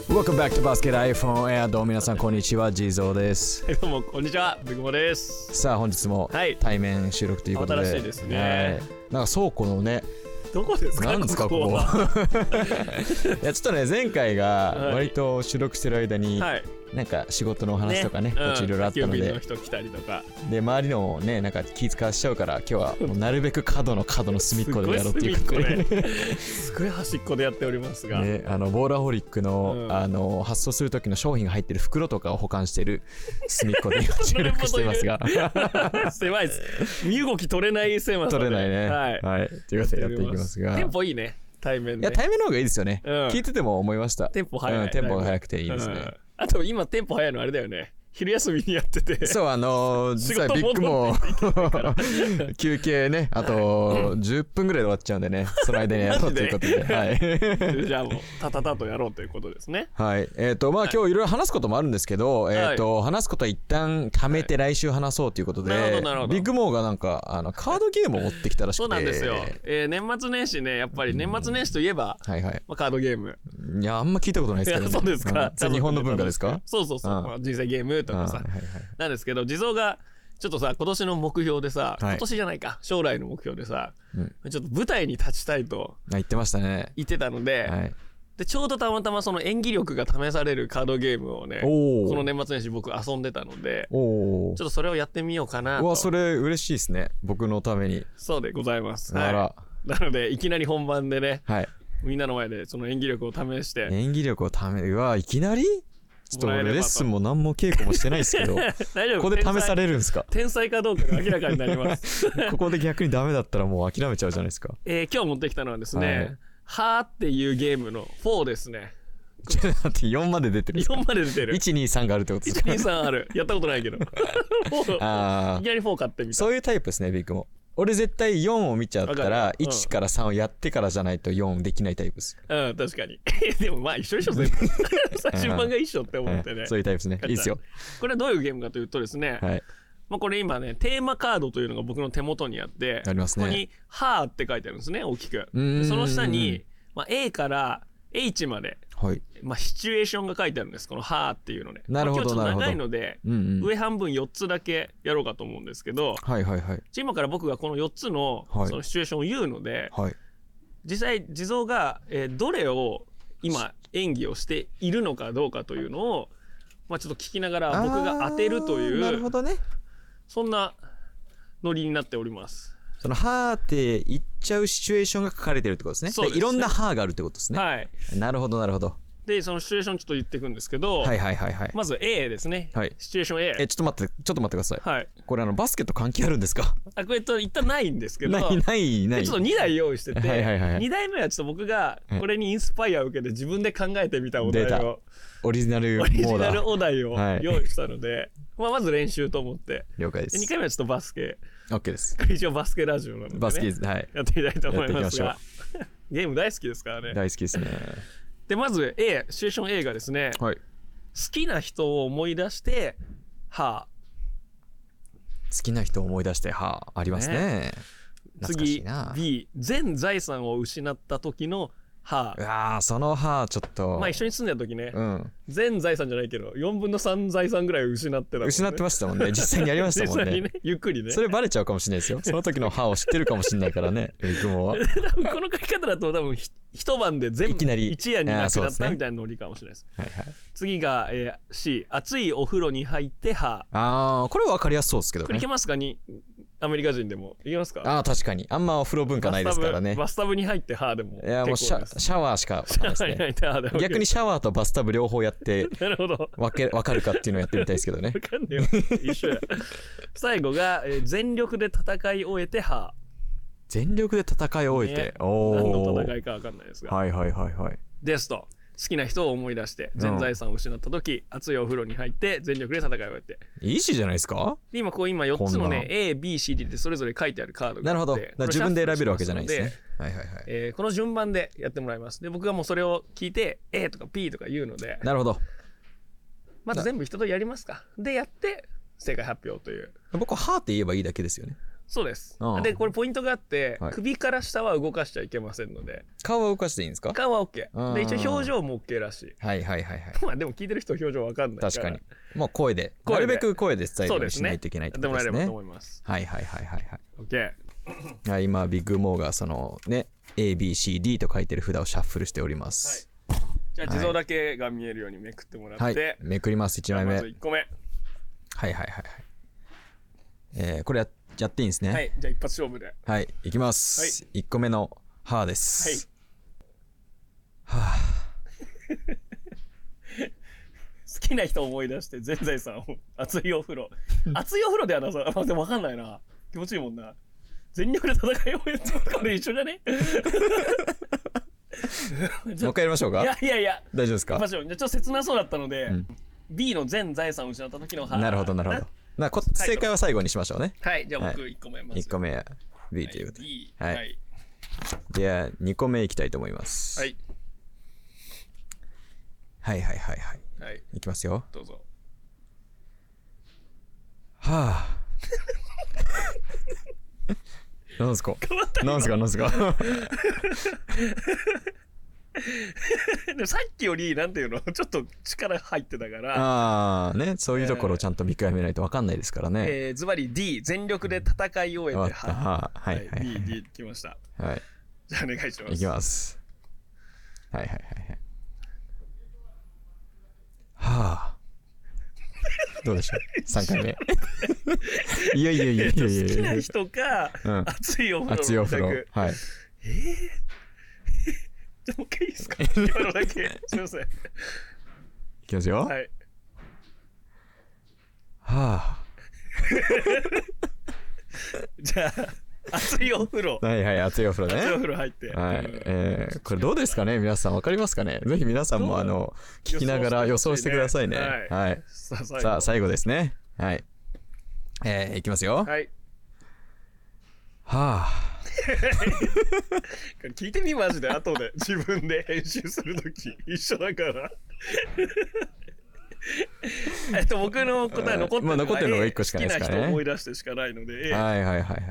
Welcome back to Basket iPhone Air どうも皆さんこんにちは、ジーゾーです。 どうもこんにちは、ブグモです。 さあ本日も対面収録ということで、 新しいですね。 なんか倉庫のね、 どこですか？ なんですかここ。いやちょっとね、前回が割と収録してる間に、なんか仕事の話とかね、途中いろいろあったので、 の人来たりとかで周りのね、なんか気使わしちゃうから、今日はもうなるべく角の隅っこでやろうっていうことで、 すごい端っこでやっておりますが、 ね、ボーラホリックの、発送する時の商品が入ってる袋とかを保管してる隅っこで収録していますが狭いです。身動き取れない狭さで取れないね、はい、ということでやっていきますが、 テンポいいね、対面で。 いや対面の方がいいですよね、聞いてても思いました。 テンポ早い、 テンポが早くていいですね。 あと今テンポ早いのあれだよね、昼休みにやってて、 そう実はビッグも休憩ね、あと10分ぐらいで終わっちゃうんでね、その間にやろうということで、はい、 じゃあもうタタタとやろうということですね。 はい。まあ今日いろいろ話すこともあるんですけど、話すことは一旦貯めて来週話そうということで、ビッグモーがなんかカードゲームを持ってきたらしくて。 そうなんですよ。年末年始ね、やっぱり年末年始といえば、カードゲーム。 いやあんま聞いたことないですけどね。 そうですか。 日本の文化ですか？ そう、人生ゲームとかさ、なんですけど、地蔵がちょっとさ、今年の目標でさ、今年じゃないか、将来の目標でさ、ちょっと舞台に立ちたいと言ってましたね。 言ってたので、でちょうどたまたまその演技力が試されるカードゲームをね、この年末年始僕遊んでたので、ちょっとそれをやってみようかなと。 うわ、それ嬉しいですね、僕のために。 そうでございます。なのでいきなり本番でね、みんなの前でその演技力を試して。 演技力を試める。うわ、いきなりちょっと俺レッスンも何も稽古もしてないですけど大丈夫、 ここで試されるんですか？ 天才かどうかが明らかになりますここで逆にダメだったらもう諦めちゃうじゃないですか。 今日持ってきたのはですね、はーっていうゲームの4ですね。 ちょっと待って、4まで出てる。 4まで出てる。 123があるってことですか ？123ある。やったことないけどいきなり4買ってみた。 そういうタイプですね、ビッグも。俺絶対4を見ちゃったら1から3をやってからじゃないと4できないタイプです。 確かにでもまあ一緒でしょ全部最終版が一緒って思ってね、 そういうタイプですね。いいですよ。 これはどういうゲームかというとですね、まあこれ今ね、テーマカードというのが僕の手元にあって、 ありますね。 ここに「はー」って書いてあるんですね、大きく。その下に、A から H まで、シチュエーションが書いてあるんです、この「はー」っていうので。 なるほど、 今日ちょっと長いので、上半分4つだけやろうかと思うんですけど、今から僕がこの4つのそのシチュエーションを言うので、実際地蔵がどれを今演技をしているのかどうかというのを、まあちょっと聞きながら僕が当てるという、 なるほどね、そんなノリになっております。 そのはーって言っちゃうシチュエーションが書かれてるってことですね。そうですね。いろんなはーがあるってことですね。なるほどなるほど。でそのシチュエーションちょっと言っていくんですけど、まず A ですね。シチュエーション A。 ちょっと待ってください。これバスケット関係あるんですか？ これ一旦ないんですけど、 ない。ちょっと 2台用意してて、2台目はちょっと僕がこれにインスパイアを受けて自分で考えてみたお題を、 オリジナルお題を用意したので、まず練習と思って。 了解です。 2回目はちょっとバスケ。 OK です。 一応バスケラジオなので、 バスケやってみたいと思いますが、ゲーム大好きですからね。 大好きですね。 でまず A、シチュエーション A がですね、好きな人を思い出しては好きな人を思い出してはありますね。 次 B、全財産を失った時のはそのはちょっと、 まあ一緒に住んでた時ね、全財産じゃないけど4分の3財産ぐらい失ってたもんね。 失ってましたもんね。実際にやりましたもんね。 実際にね、ゆっくりね。 それバレちゃうかもしれないですよ。その時のはを知ってるかもしれないからね。この書き方だと多分一晩で全部一夜になくなったみたいなノリかもしれないです。次が C、熱いお風呂に入っては。 これは分かりやすそうですけどね。 これいけますか？アメリカ人でもいけますか？ 確かにあんまお風呂文化ないですからね。 バスタブに入ってはでも、 いやもうシャワーしか分かんないですね。逆にシャワーとバスタブ両方やって分かるかっていうのをやってみたいですけどね。 分かんねえよ、一緒や。最後が全力で戦い終えては。 全力で戦い終えて、 何の戦いか分かんないですが、ですと、好きな人を思い出して全財産を失った時、熱いお風呂に入って全力で戦い終えて。 いいしじゃないですか。 今4つのね A、B、C、D でそれぞれ書いてあるカードがあって、 なるほど。自分で選べるわけじゃないですね。この順番でやってもらいます。で僕がもうそれを聞いて A とか B とか言うので、 なるほど。 まず全部一通りやりますか。でやって正解発表という。 僕ははーって言えばいいだけですよね。 そうです。でこれポイントがあって、首から下は動かしちゃいけませんので。 顔は動かしていいんですか？ 顔は OK で、一応表情も OK らしい。 はいはいはいはい。 まあでも聞いてる人表情わかんないから。 確かに。もう声でなるべく声で伝えるようにしないといけないってことですね。 でもらえればと思います。 はいはいはいはいはい。 OK。 はい、今ビッグモーがそのね ABCD と書いてる札をシャッフルしております。 じゃあ地蔵だけが見えるようにめくってもらって、はい、 めくります。1枚目。 まず1個目。 はいはいはいはい。これやっていいんですね。 はい、じゃあ一発勝負で。 はい、いきます。はい、1個目の歯です。はい。は好きな人を思い出して全財産を熱いお風呂。熱いお風呂ではなさ、でも分かんないな。気持ちいいもんな。全力で戦いをやってこれ一緒じゃね？ もう一回やりましょうか。 いや大丈夫ですか？ じゃあちょっと切なそうだったので、B の全財産を失った時の歯。 なるほどなるほど。正解は最後にしましょうね。 はい、じゃあ僕1個目 1個目は B ということで。はい。では2個目いきたいと思います。はい。はいはいはいはい。いきますよ。 どうぞ。 はあ。なんすか？なんすか？ でさっきよりなんていうのちょっと力入ってたから。 ああね、そういうところをちゃんと見極めないと分かんないですからね。 ズバリ D 全力で戦い終えてはいはいはい。 D きました。 はい。 じゃあお願いします。 いきます。はいはいはいはい。はあ。どうでしょう？3回目。いや好きな人か熱いお風呂。 はい。 じゃあもう一回いいですか？今のだけすいません。いきますよ。 はい。 はあ。 じゃあ熱いお風呂。 はいはい、熱いお風呂ね。 熱いお風呂入って。 はい。これどうですかね、皆さんわかりますかね。ぜひ皆さんも聞きながら予想してくださいね。はい。さあ最後ですね。はい。いきますよ。 はい。 はあ。 聞いてみマジで後で自分で編集するとき一緒だから。僕の答え残ってるのが1個しかないですからね。好きな人思い出してしかないので。 はいはいはいはい。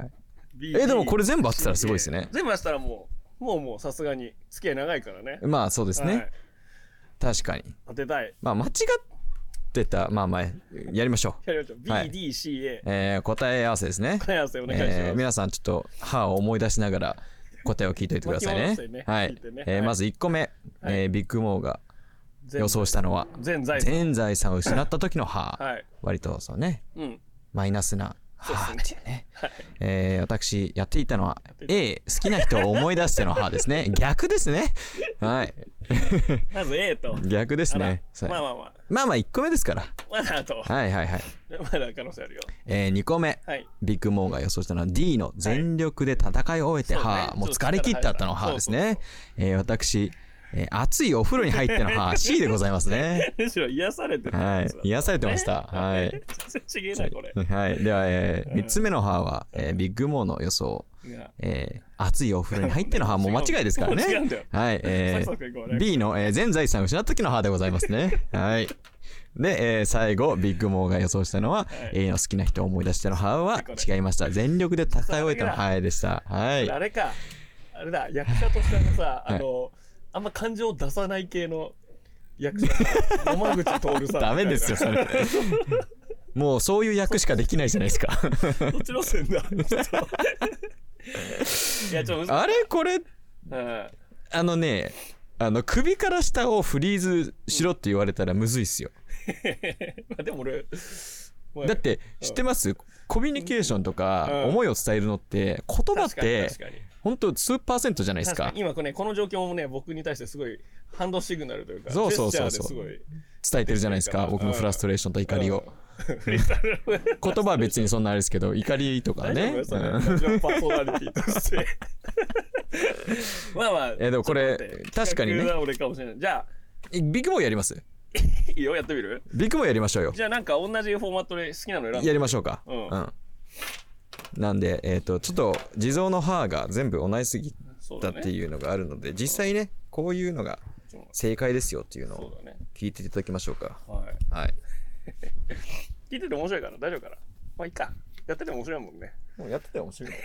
でもこれ全部合ってたらすごいですね。 全部合ってたらもうさすがに付き合い長いからね。 まあそうですね。確かに。 当てたい。 まあ間違ってた、まあやりましょう。 B D C A。 答え合わせですね。 答え合わせお願いします。 皆さんちょっと歯を思い出しながら答えを聞いておいてくださいね。はい。まず1個目、ビッグモーが予想したのは全財産を失った時の歯。割とそうね、マイナスな歯っていうね。私やっていたのは A 好きな人を思い出しての歯ですね。逆ですね。はい。 まず A と逆ですね。まあ1個目ですから。 まだと。 はいはいはい。 まだ可能性あるよ。 2個目、ビッグモーが予想したのは D の全力で戦いを終えて歯、もう疲れ切った後の歯ですね。私熱いお風呂に入っての歯 C でございますね。 癒されてました。癒されてました。はい。 ちげえなこれ。 はい。では3つ目の歯はビッグモーの予想。熱いお風呂に入っての歯もう間違いですからね。はい。B の全財産を失った時の歯でございますね。はい。で、最後ビッグモーが予想したのは A の好きな人を思い出しての歯は違いました。全力で戦い終えたの歯でした。はい。 あれか。あれだ。役者としてさ、あんま感情を出さない系の役者。野間口徹さん。 ダメですよそれ。もうそういう役しかできないじゃないですか。 どっちのせんだ。 あれこれ首から下をフリーズしろって言われたらむずいっすよ。 でも俺だって知ってます？コミュニケーションとか思いを伝えるのって言葉って本当数%じゃないですか。 今この状況もね僕に対してすごいハンドシグナルというかそう伝えてるじゃないですか。僕のフラストレーションと怒りを。言葉は別にそんなあれですけど怒りとかね。まあでもこれ確かにね。 じゃあビッグモーやります？ いいよやってみる？ ビッグモーやりましょうよ。 じゃあなんか同じフォーマットで好きなの選んでやりましょうか。なんでちょっと地蔵の歯が全部同じすぎたっていうのがあるので、実際ねこういうのが正解ですよっていうのを聞いていただきましょうか。はい。 聞いてて面白いから大丈夫かな。まあいいか。やってて面白いもんね。 もうやってたら面白い。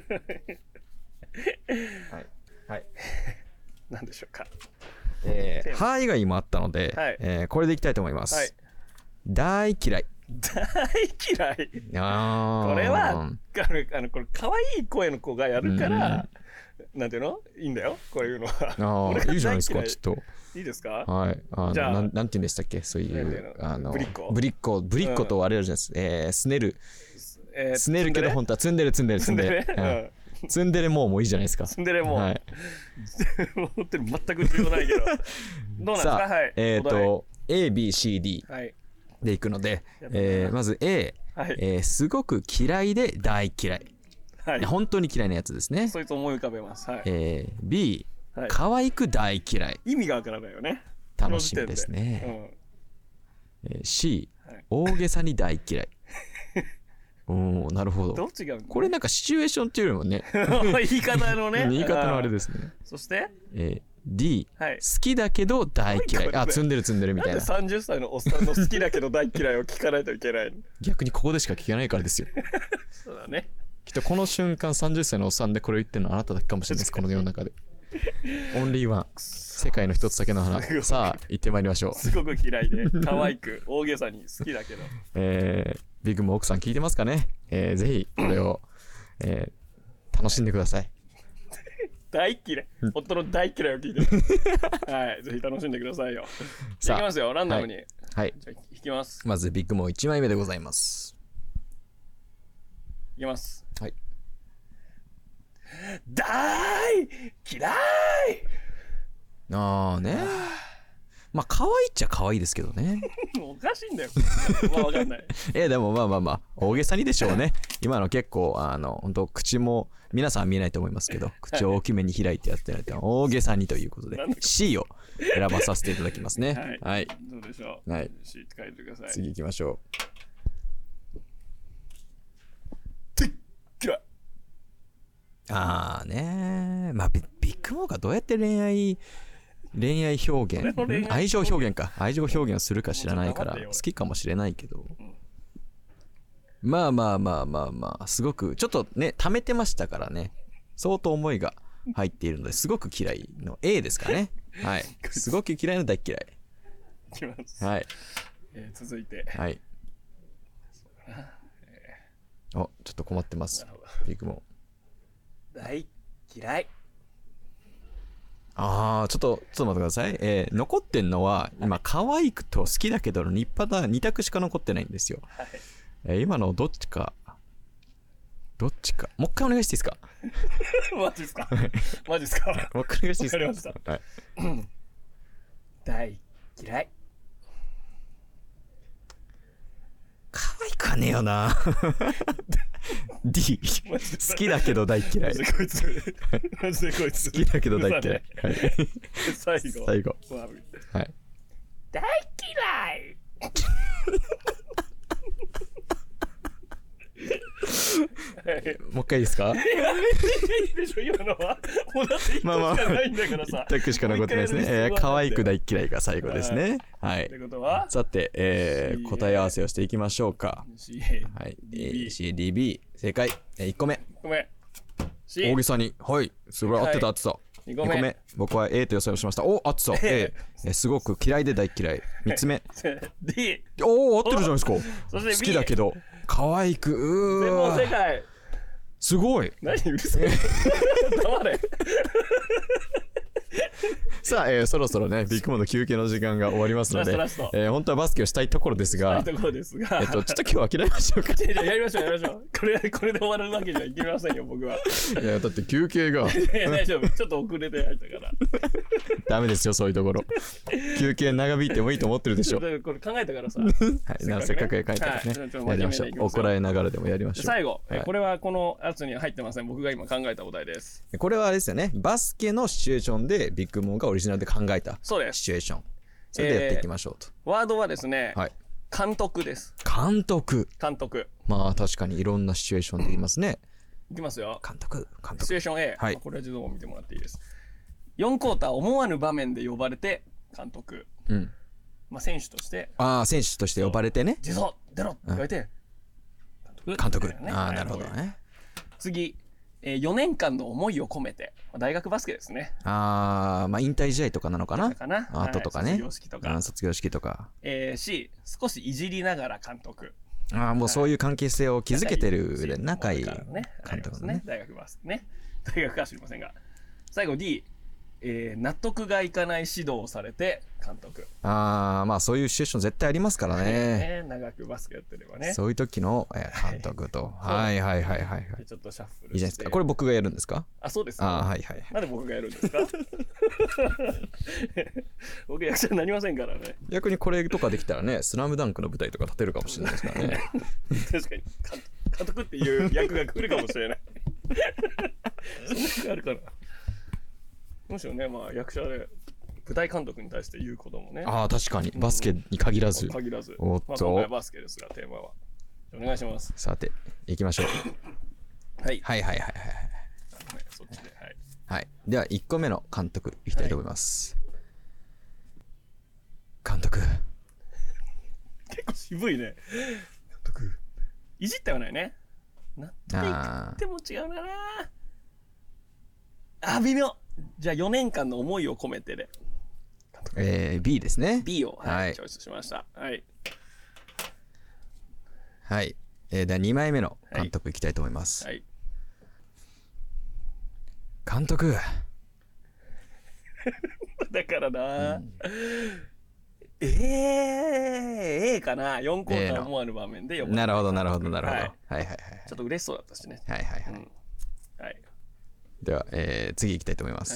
はいはい。 何でしょうか。 は以外もあったので、これでいきたいと思います。はい、大嫌い。 大嫌い。これはこれ可愛い声の子がやるから、なんていうのいいんだよこういうのは。 いいじゃないですか。ちょっといいですか。 はい。じゃあなんて言うんでしたっけ、そういうブリッコとあれあるじゃないですか。すねるけど本当は積んでる。ツンデレもういいじゃないですか。 ツンデレもはい。本当に全く重要ないけど。どうなんですか。はい。 A B C D でいくので、まず A、すごく嫌いで大嫌い。本当に嫌いなやつですね。 そいつ思い浮かべます。 B、可愛く大嫌い。 意味がわからないよね。 楽しみですね。C、大げさに大嫌い。お、なるほど。 どっちがこれなんかシチュエーションっていうよりもね言い方のね言い方のあれですね。 そして、 D、好きだけど大嫌い。積んでるみたいな。 なんで30歳のおっさんの好きだけど大嫌いを聞かないといけないの。 逆にここでしか聞けないからですよ。 そうだね。 きっとこの瞬間30歳のおっさんでこれを言ってるのはあなただけかもしれないです。この世の中でオンリーワン、世界の一つだけの花。さあ行ってまいりましょう。 すごく嫌いで可愛く大げさに好きだけどビッグも奥さん聞いてますかね。ぜひこれを、楽しんでください。 大嫌い。夫の大嫌いを聞いてはい、ぜひ楽しんでくださいよ。さあいきますよ、ランダムに。はい、じゃあ引きます。 まずビッグも1枚目でございます。 いきます。 はい。 大嫌い。 ね。まあ可愛いっちゃ可愛いですけどね。 おかしいんだよ。まあわかんない。 でもまあ大げさにでしょうね。今の結構本当口も皆さんは見えないと思いますけど、口を大きめに開いてやってないと大げさにということで C を選ばさせていただきますね。はい。 どうでしょう。 はい。 C って書いてください。 次行きましょう。ね。まあビッグモーがどうやって恋愛表現、愛情表現をするか知らないから好きかもしれないけど、まあすごくちょっとね溜めてましたからね、相当思いが入っているのですごく嫌いの A ですかね。はい。すごく嫌いの大嫌い。 いきます。 はい。 続いて、 はい。ちょっと困ってます。ビッグモー大嫌い。 ちょっと待ってください。残ってんのは今可愛くと好きだけどの2択しか残ってないんですよ。今のどっちかもう一回お願いしていいですか。 マジですか。マジですか。 もう一回お願いしていいですか。 わかりました。はい。大嫌い。 可愛くはねえよな。D 好きだけど大嫌い。 マジでこいつ好きだけど大嫌い。 最後はい。 大嫌い。 もう一回いいですか。 いいでしょ今のは。もうだって1個しかないんだからさ。 1択しか残ってないですね。可愛く大嫌いが最後ですね。はい。さて、答え合わせをしていきましょうか。はい。CDB 正解。1個目。大げさに。はい。すごい合ってた。2個目。僕は A と予想しました。合ってた。A。すごく嫌いで大嫌い。3つ目。 D。 合ってるじゃないですか。好きだけど可愛く。 全問正解。 すごい。 何うるせえ。黙れ。 さあ、そろそろねビッグモード休憩の時間が終わりますので、本当はバスケをしたいところですが、ちょっと今日は諦めましょうか。 やりましょう。これで終わるわけじゃいけませんよ僕は。いやだって休憩が大丈夫、ちょっと遅れて入ったからダメですよそういうところ。休憩長引いてもいいと思ってるでしょ。 これ考えたからさ。 はい、せっかく書いたからね。やりましょう。怒られながらでもやりましょう。 最後、これはこのやつには入ってません。僕が今考えたお題です。 これはあれですよね。バスケのシチュエーションでビッグモーがオリジナルで考えたシチュエーション。それでやっていきましょうと。 ワードはですね、監督です。 監督。まあ確かにいろんなシチュエーションで言いますね。 いきますよ。 監督。 シチュエーション A。これは自動を見てもらっていいです。4クォーター思わぬ場面で呼ばれて監督。まあ選手として。 選手として呼ばれてね。 自走出ろって言われて。 監督。なるほどね。 次、4年間の思いを込めて、大学バスケですね。 まあ引退試合とかなのかな。後とかね。 卒業式とか。 卒業式とか。 し、少しいじりながら監督。 もうそういう関係性を築けてる上で仲いい監督ね。大学バスケね。大学か知りませんが。最後 D、納得がいかない指導をされて監督。 まあそういうシチュエーション絶対ありますからね。 長くバスケやってればね。 そういう時の監督と。はいはいはいはい。 ちょっとシャッフルして。 いいじゃないですか。これ僕がやるんですか？ そうです。 はいはい。 なんで僕がやるんですか？僕役者になりませんからね。 逆にこれとかできたらね、スラムダンクの舞台とか立てるかもしれないですからね。 確かに監督っていう役が来るかもしれない。そんな役あるかな。むしろね、まあ役者で舞台監督に対して言うこともね。 確かにバスケに限らず。 おっと、今回はバスケですが、テーマはお願いします。 さて行きましょう。はいはいはいはいはい。 そっちで、 はい。では1個目の監督いきたいと思います。監督。 結構渋いね。監督。いじってはないね。納得いっても違うな。微妙。じゃあ4年間の思いを込めてで。 B ですね。 B を、チョイスしました。はい。 はい。では2枚目の監督いきたいと思います。監督。 だからな、A かな。4クォーター思わぬ場面でなるほどなるほどなるほど。はいはいはい。 ちょっと嬉しそうだったしね。 はいはいはい。 はい。 では、次行きたいと思います。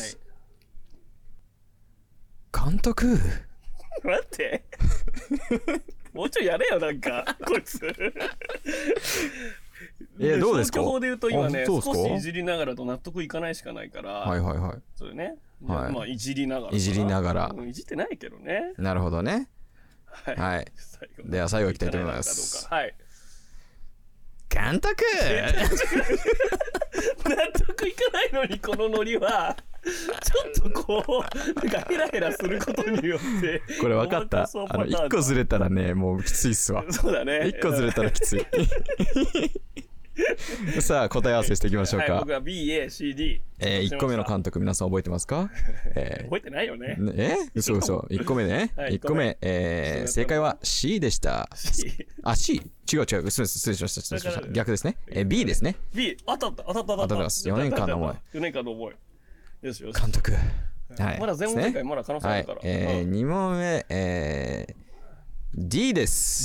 監督。 待って。もうちょいやれよ、なんか、こいつ。 どうですか？ 消去法で言うと今ね、少しいじりながらと納得いかないしかないから。 はいはいはい。 それね。まあ、いじりながら。 いじりながら。 いじってないけどね。 なるほどね。はい。では最後行きたいと思います。 はい。 監督。 納得いかないのにこのノリはちょっとこうなんかヘラヘラすることによってこれ分かった。1個ずれたらねもうきついっすわ。 そうだね。 1個ずれたらきつい。さあ答え合わせしていきましょうか。 僕は BACD。 1個目の監督皆さん覚えてますか？ 覚えてないよね。 嘘1個目ね。1個目正解は C でした。C？ 違う失礼しました。逆ですね。B ですね。 B。当たった 4年間の思い。 4年間の思い。よしよし。 監督。 まだ全問正解まだ可能性あるから。 2問目D です。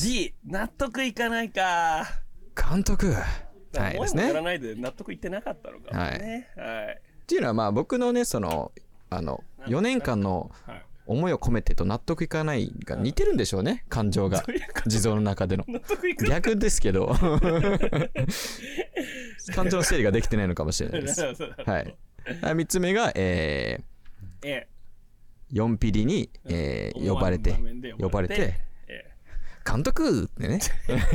D。納得いかないか。 監督。 はいですね。やらないで納得いってなかったのかね。 っていうのはまあ僕のね4年間の思いを込めてと納得いかないが似てるんでしょうね、感情が地蔵の中での。逆ですけど感情の整理ができてないのかもしれないです。はい。3つ目が4ピリに呼ばれて監督ってね。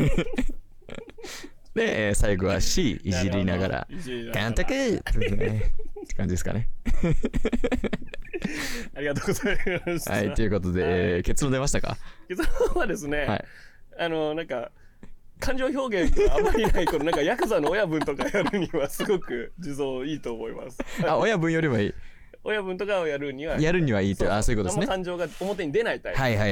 で最後は C いじりながら監督って感じですかね。 ありがとうございました。 はい、ということで結論出ましたか？ 結論はですね、なんか感情表現があまりないこのなんかヤクザの親分とかやるにはすごく地蔵いいと思います。 親分よりもいい。 親分とかをやるにはいいと。そういうことですね。 感情が表に出ないタイプ。 はい。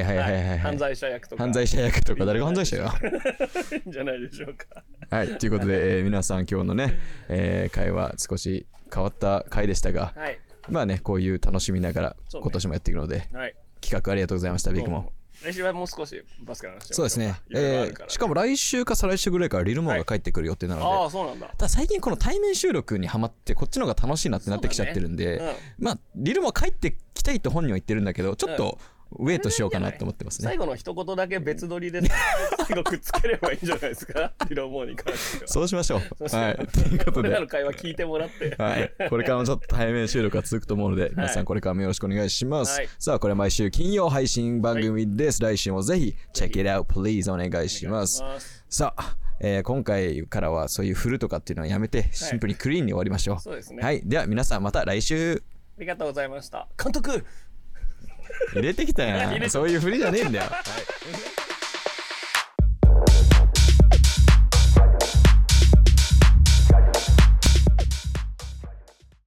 犯罪者役とか誰が犯罪者よ。 じゃないでしょうか。 はい、ということで皆さん今日のね会話少し変わった回でしたが、まあねこういう楽しみながら今年もやっていくので、企画ありがとうございました。ビッグも来週はもう少しバスケの話を。 そうですね。しかも来週か再来週ぐらいからリルモアが帰ってくる予定なので、 そうなんだ。 ただ最近この対面収録にハマってこっちの方が楽しいなってなってきちゃってるんで、まあリルモア帰ってきたいと本人は言ってるんだけど、ちょっとウェイトしようかなと思ってますね。 最後の一言だけ別撮りで最後くっつければいいんじゃないですか。リルモアに関しては。 そうしましょう。はい。ということで、 俺らの会話聞いてもらって、 はい。これからもちょっと対面収録が続くと思うので、皆さんこれからもよろしくお願いします。さあこれ毎週金曜配信番組です。来週もぜひ check it out please お願いします。さあ。今回からはそういう振るとかっていうのはやめてシンプルにクリーンに終わりましょう。 そうですね。 はい。では皆さんまた来週。 ありがとうございました。監督。 入れてきたやん。そういう振りじゃねえんだよ。はい